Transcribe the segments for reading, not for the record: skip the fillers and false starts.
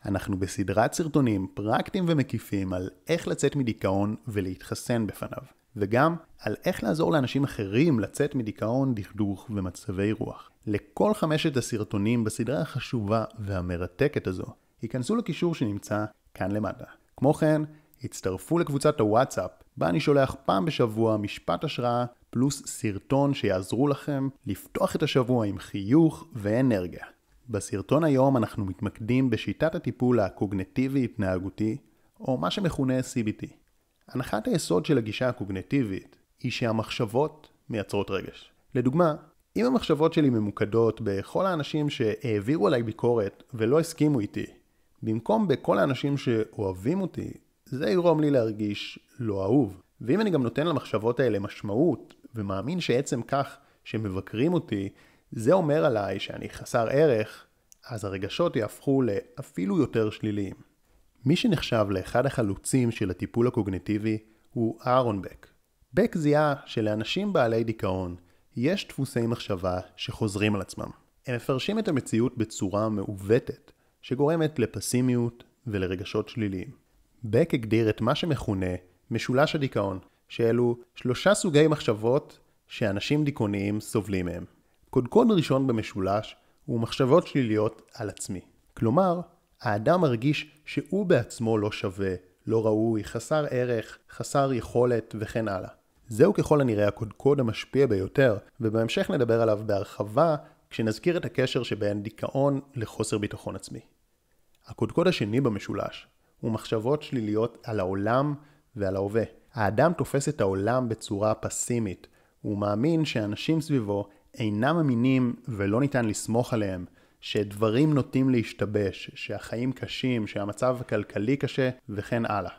אנחנו בסדרת סרטונים פרקטיים ומקיפים על איך לצאת מדיכאון ולהתחסן בפניו, וגם על איך לעזור לאנשים אחרים לצאת מדיכאון, דכדוך ומצבי רוח. לכל 5 הסרטונים בסדרה החשובה והמרתקת הזו, היכנסו לקישור שנמצא כאן למטה. כמו כן, הצטרפו לקבוצת הוואטסאפ, בה אני שולח פעם בשבוע משפט השראה פלוס סרטון שיעזרו לכם לפתוח את השבוע עם חיוך ואנרגיה. בסרטון היום אנחנו מתמקדים בשיטת הטיפול הקוגניטיבי-התנהגותי, או מה שמכונה CBT. הנחת היסוד של הגישה הקוגניטיבית היא שהמחשבות מייצרות רגש. לדוגמה, אם המחשבות שלי ממוקדות בכל האנשים שהעבירו עליי ביקורת ולא הסכימו איתי, במקום בכל האנשים שאוהבים אותי, זה יגרום לי להרגיש לא אהוב. ואם אני גם נותן למחשבות האלה משמעות, ומאמין שעצם כך שמבקרים אותי, זה אומר עליי שאני חסר ערך, אז הרגשות יהפכו לאפילו יותר שליליים. מי שנחשב לאחד החלוצים של הטיפול הקוגניטיבי הוא אהרון בק. בק זיהה שלאנשים בעלי דיכאון יש דפוסי מחשבה שחוזרים על עצמם. הם מפרשים את המציאות בצורה מעוותת, שגורמת לפסימיות ולרגשות שליליים. בק הגדיר את מה שמכונה משולש הדיכאון, שאלו 3 סוגי מחשבות שאנשים דיכאוניים סובלים מהם. קודקוד ראשון במשולש הוא מחשבות שליליות על עצמי. כלומר, האדם מרגיש שהוא בעצמו לא שווה, לא ראוי, חסר ערך, חסר יכולת וכן הלאה. זהו ככל הנראה הקודקוד המשפיע ביותר, ובהמשך נדבר עליו בהרחבה כשנזכיר את הקשר שבין דיכאון לחוסר ביטחון עצמי. הקודקוד השני במשולש הוא מחשבות שליליות על העולם ועל ההווה. האדם תופס את העולם בצורה פסימית. הוא מאמין שאנשים סביבו אינם אמינים ולא ניתן לסמוך עליהם, שדברים נוטים להשתבש, שהחיים קשים, שהמצב הכלכלי קשה וכן הלאה.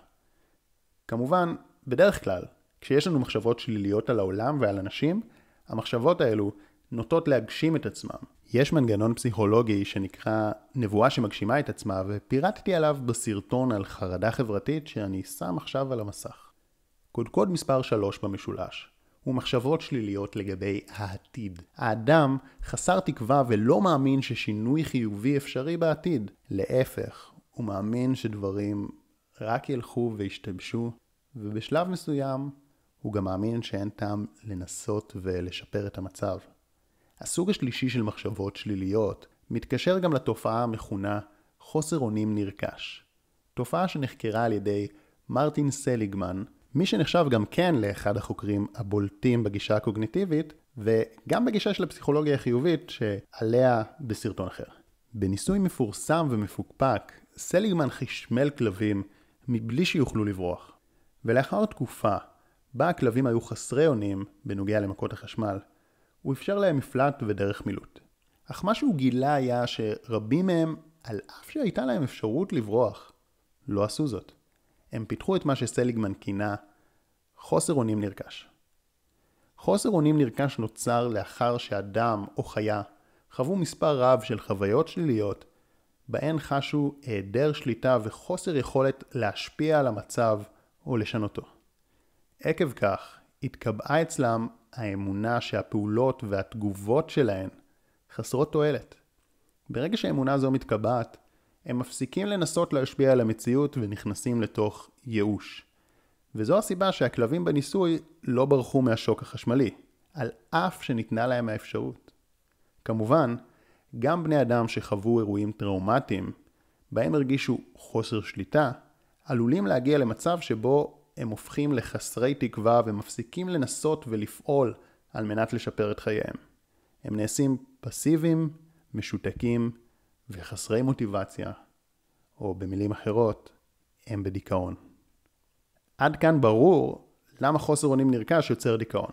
כמובן, בדרך כלל, כשיש לנו מחשבות שליליות על העולם ועל אנשים, המחשבות האלו נוטות להגשים את עצמם. יש מנגנון פסיכולוגי שנקרא נבואה שמגשימה את עצמה, ופירטתי עליו בסרטון על חרדה חברתית שאני שם עכשיו על המסך. קודקוד מספר 3 במשולש הוא מחשבות שליליות לגבי העתיד. האדם חסר תקווה ולא מאמין ששינוי חיובי אפשרי בעתיד. להפך, הוא מאמין שדברים רק ילכו וישתבשו, ובשלב מסוים הוא גם מאמין שאין טעם לנסות ולשפר את המצב. הסוג השלישי של מחשבות שליליות מתקשר גם לתופעה המכונה חוסר אונים נרכש. תופעה שנחקרה על ידי מרטין סליגמן, מי שנחשב גם כן לאחד החוקרים הבולטים בגישה הקוגניטיבית, וגם בגישה של הפסיכולוגיה החיובית שעליה בסרטון אחר. בניסוי מפורסם ומפוקפק, סליגמן חשמל כלבים מבלי שיוכלו לברוח. ולאחר תקופה בה הכלבים היו חסרי אונים בנוגע למכות החשמל, הוא אפשר להם מפלט ודרך מילוט. אך מה שהוא גילה היה שרבים מהם, על אף שהייתה להם אפשרות לברוח, לא עשו זאת. הם פיתחו את מה שסליגמן כינה חוסר אונים נרכש. חוסר אונים נרכש נוצר לאחר שאדם או חיה חוו מספר רב של חוויות שליליות, בהן חשו היעדר שליטה וחוסר יכולת להשפיע על המצב או לשנותו. עקב כך, התקבעה אצלם האמונה שהפעולות והתגובות שלהן חסרות תועלת. ברגע שהאמונה זו מתקבעת, הם מפסיקים לנסות להשפיע על המציאות ונכנסים לתוך ייאוש. וזו הסיבה שהכלבים בניסוי לא ברחו מהשוק החשמלי, על אף שניתנה להם האפשרות. כמובן, גם בני אדם שחוו אירועים טראומטיים, בהם הרגישו חוסר שליטה, עלולים להגיע למצב שבו הם הופכים לחסרי תקווה ומפסיקים לנסות ולפעול על מנת לשפר את חייהם. הם נעשים פסיביים, משותקים וחסרי מוטיבציה, או במילים אחרות, הם בדיכאון. עד כאן ברור למה חוסר אונים נרכש יוצר דיכאון.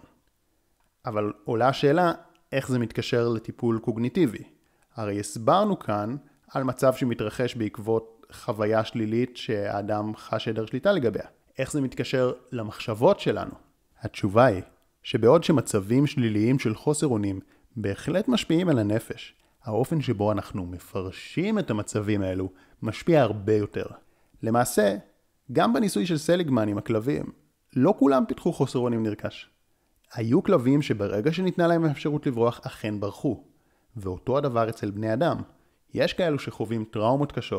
אבל עולה השאלה איך זה מתקשר לטיפול קוגניטיבי. הרי הסברנו כאן על מצב שמתרחש בעקבות חוויה שלילית שהאדם חש היעדר שליטה לגביה. איך זה מתקשר למחשבות שלנו? התשובה היא שבעוד שמצבים שליליים של חוסר אונים בהחלט משפיעים על הנפש, האופן שבו אנחנו מפרשים את המצבים האלו משפיע הרבה יותר. למעשה, גם בניסוי של סליגמן עם הכלבים, לא כולם פיתחו חוסר אונים נרכש. היו כלבים שברגע שניתנה להם האפשרות לברוח אכן ברחו, ואותו הדבר אצל בני אדם. יש כאלו שחווים טראומות קשות,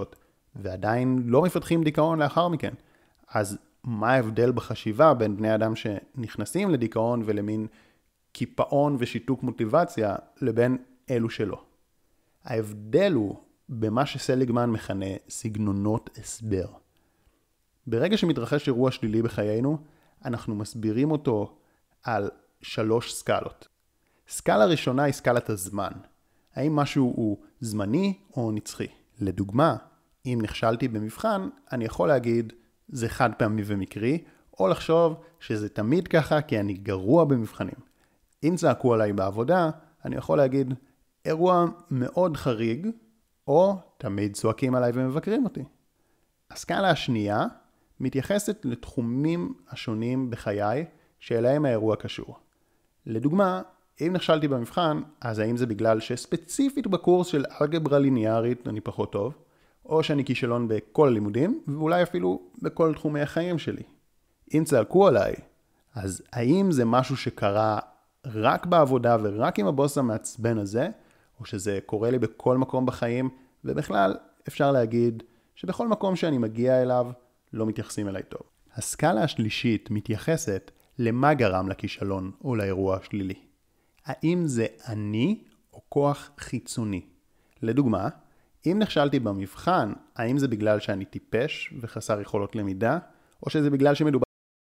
ועדיין לא מפתחים דיכאון לאחר מכן. אז מה ההבדל בחשיבה בין בני אדם שנכנסים לדיכאון ולמין קיפאון ושיתוק מוטיבציה לבין אלו שלא? ההבדל הוא במה שסליגמן מכנה סגנונות הסבר. ברגע שמתרחש אירוע שלילי בחיינו, אנחנו מסבירים אותו על 3 סקלות. סקלה ראשונה היא סקלת הזמן. האם משהו הוא זמני או נצחי? לדוגמה, אם נכשלתי במבחן, אני יכול להגיד, זה חד פעמי ומקרי, או לחשוב שזה תמיד ככה כי אני גרוע במבחנים. אם צעקו עליי בעבודה, אני יכול להגיד, אירוע מאוד חריג, או תמיד צועקים עליי ומבקרים אותי. הסקלה השנייה מתייחסת לתחומים השונים בחיי שאליהם האירוע קשור. לדוגמה, אם נכשלתי במבחן, אז האם זה בגלל שספציפית בקורס של אלגברה ליניארית אני פחות טוב, או שאני כישלון בכל הלימודים, ואולי אפילו בכל תחומי החיים שלי. אם צעקו עליי, אז האם זה משהו שקרה רק בעבודה ורק עם הבוס המעצבן הזה, או שזה קורה לי בכל מקום בחיים, ובכלל אפשר להגיד שבכל מקום שאני מגיע אליו לא מתייחסים אליי טוב. הסקלה השלישית מתייחסת למה גרם לכישלון או לאירוע השלילי. האם זה אני או כוח חיצוני? לדוגמה, אם נכשלתי במבחן, האם זה בגלל שאני טיפש וחסר יכולות למידה, או שזה בגלל שמדובר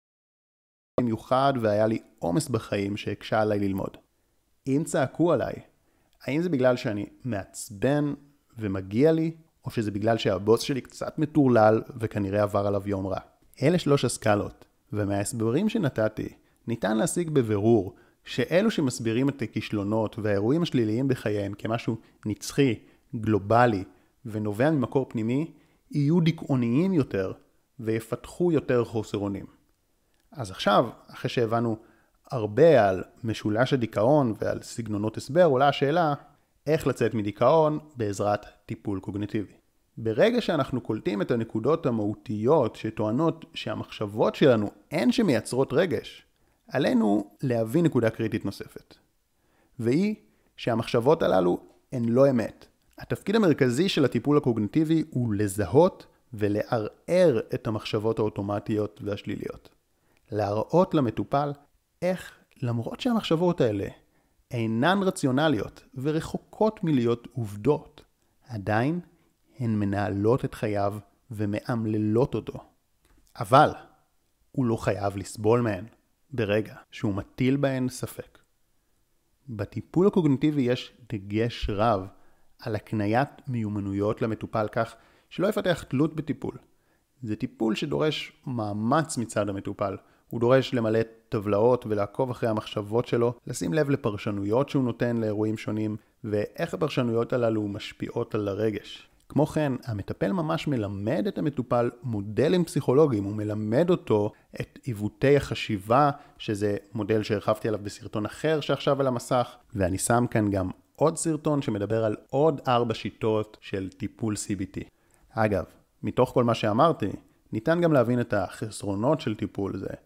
במיוחד והיה לי עומס בחיים שהקשה עליי ללמוד? אם צעקו עליי, האם זה בגלל שאני מעצבן ומגיע לי, או שזה בגלל שהבוס שלי קצת מטורלל וכנראה עבר עליו יום רע? אלה 3 הסקלות, ומההסברים שנתתי, ניתן להשיג בבירור שאלו שמסבירים את הכישלונות והאירועים השליליים בחייהם כמשהו נצחי, גלובלי ונובע ממקור פנימי, יהיו דיכאוניים יותר ויפתחו יותר חוסר אונים. אז עכשיו, אחרי שהבנו הרבה על משולש הדיכאון ועל סגנונות הסבר, עולה השאלה איך לצאת מדיכאון בעזרת טיפול קוגניטיבי. ברגע שאנחנו קולטים את הנקודות המהותיות שטוענות שהמחשבות שלנו הן שמייצרות רגש, עלינו להבין נקודה קריטית נוספת. והיא שהמחשבות הללו הן לא אמת. התפקיד המרכזי של הטיפול הקוגניטיבי הוא לזהות ולערער את המחשבות האוטומטיות והשליליות. להראות למטופל איך למרות שהמחשבות האלה אינן רציונליות ורחוקות מלהיות עובדות, עדיין הן מנהלות את חייו ומאמללות אותו. אבל הוא לא חייב לסבול מהן ברגע שהוא מטיל בהן ספק. בטיפול הקוגניטיבי יש דגש רב על הקניית מיומנויות למטופל כך שלא יפתח תלות בטיפול. זה טיפול שדורש מאמץ מצד המטופל. הוא דורש למלא טבלאות ולעקוב אחרי המחשבות שלו, לשים לב לפרשנויות שהוא נותן לאירועים שונים, ואיך הפרשנויות הללו משפיעות על הרגש. כמו כן, המטפל ממש מלמד את המטופל מודלים פסיכולוגיים, הוא מלמד אותו את עיוותי החשיבה, שזה מודל שהרחבתי עליו בסרטון אחר שעכשיו על המסך, ואני שם כאן גם עוד סרטון שמדבר על עוד 4 שיטות של טיפול CBT. אגב, מתוך כל מה שאמרתי, ניתן גם להבין את החסרונות של טיפול זה,